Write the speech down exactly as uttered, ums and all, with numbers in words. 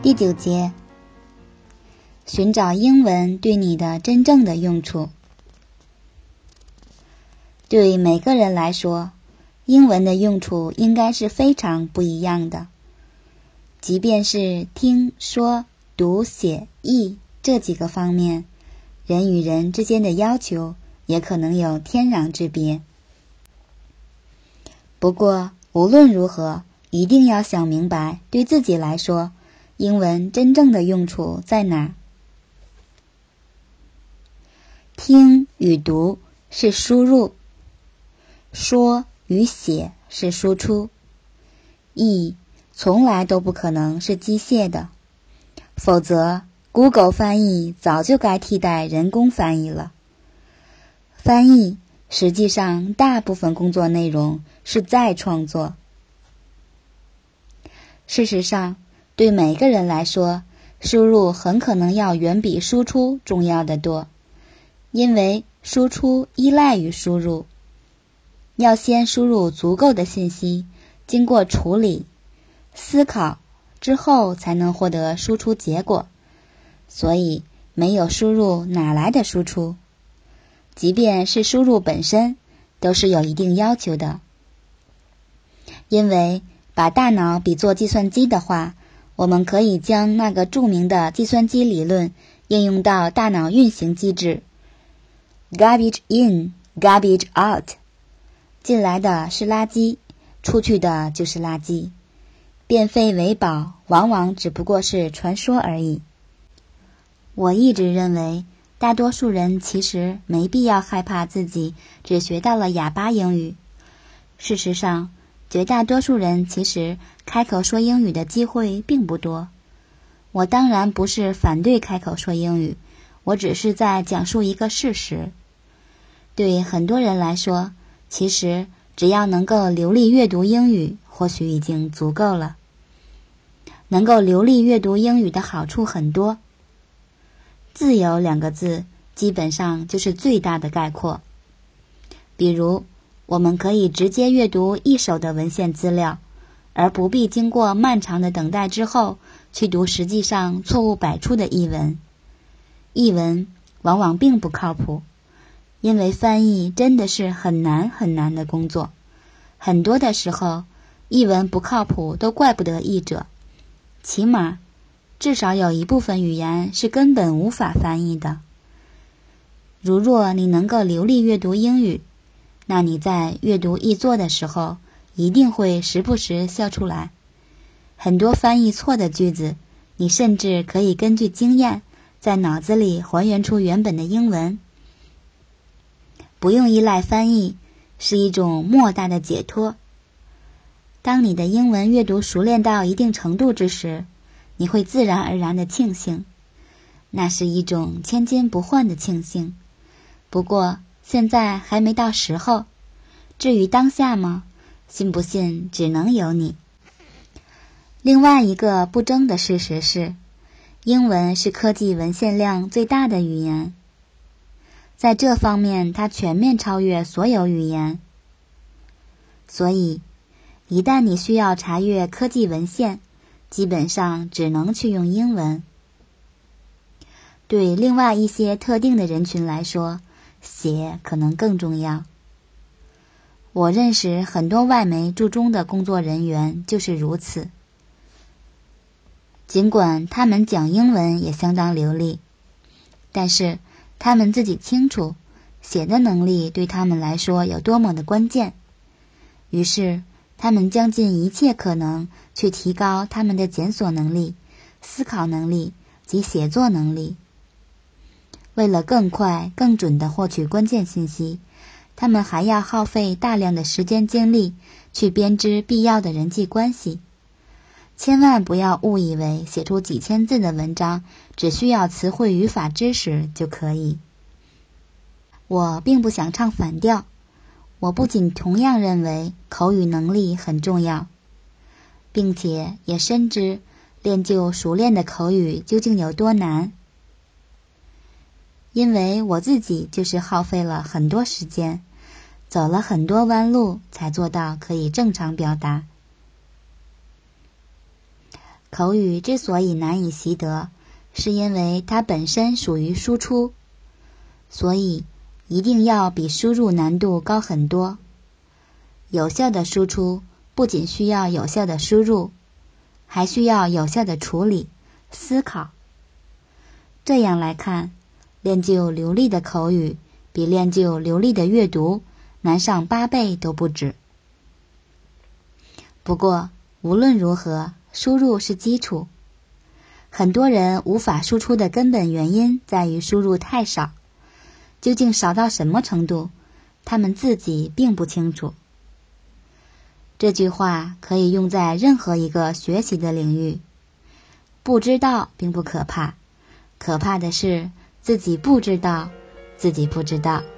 第九节，寻找英文对你的真正的用处。对每个人来说，英文的用处应该是非常不一样的。即便是听说读写译这几个方面，人与人之间的要求也可能有天壤之别。不过无论如何，一定要想明白对自己来说英文真正的用处在哪。听与读是输入，说与写是输出，译从来都不可能是机械的，否则 Google 翻译早就该替代人工翻译了。翻译实际上大部分工作内容是再创作。事实上，对每个人来说，输入很可能要远比输出重要得多，因为输出依赖于输入。要先输入足够的信息，经过处理、思考之后才能获得输出结果，所以没有输入哪来的输出？即便是输入本身，都是有一定要求的。因为把大脑比作计算机的话，我们可以将那个著名的计算机理论应用到大脑运行机制 Garbage in, garbage out， 进来的是垃圾，出去的就是垃圾，变废为宝往往只不过是传说而已。我一直认为大多数人其实没必要害怕自己只学到了哑巴英语。事实上，绝大多数人其实开口说英语的机会并不多。我当然不是反对开口说英语，我只是在讲述一个事实。对很多人来说，其实只要能够流利阅读英语，或许已经足够了。能够流利阅读英语的好处很多。自由两个字基本上就是最大的概括。比如，我们可以直接阅读一手的文献资料，而不必经过漫长的等待之后去读实际上错误百出的译文。译文往往并不靠谱，因为翻译真的是很难很难的工作。很多的时候，译文不靠谱都怪不得译者，起码至少有一部分语言是根本无法翻译的。如若你能够流利阅读英语，那你在阅读译作的时候一定会时不时笑出来。很多翻译错的句子，你甚至可以根据经验在脑子里还原出原本的英文。不用依赖翻译是一种莫大的解脱。当你的英文阅读熟练到一定程度之时，你会自然而然的庆幸，那是一种千金不换的庆幸。不过现在还没到时候，至于当下吗？信不信只能由你。另外一个不争的事实是，英文是科技文献量最大的语言，在这方面它全面超越所有语言。所以一旦你需要查阅科技文献，基本上只能去用英文。对另外一些特定的人群来说，写可能更重要。我认识很多外媒驻中的工作人员就是如此。尽管他们讲英文也相当流利，但是他们自己清楚，写的能力对他们来说有多么的关键。于是他们将尽一切可能去提高他们的检索能力、思考能力及写作能力。为了更快、更准地获取关键信息，他们还要耗费大量的时间精力去编织必要的人际关系。千万不要误以为写出几千字的文章只需要词汇语法知识就可以。我并不想唱反调，我不仅同样认为口语能力很重要，并且也深知练就熟练的口语究竟有多难。因为我自己就是耗费了很多时间，走了很多弯路才做到可以正常表达。 口语之所以难以习得，是因为它本身属于输出，所以一定要比输入难度高很多。有效的输出不仅需要有效的输入，还需要有效的处理、思考。这样来看，练就流利的口语比练就流利的阅读难上八倍都不止。不过无论如何，输入是基础。很多人无法输出的根本原因在于输入太少，究竟少到什么程度，他们自己并不清楚。这句话可以用在任何一个学习的领域。不知道并不可怕，可怕的是自己不知道，自己不知道。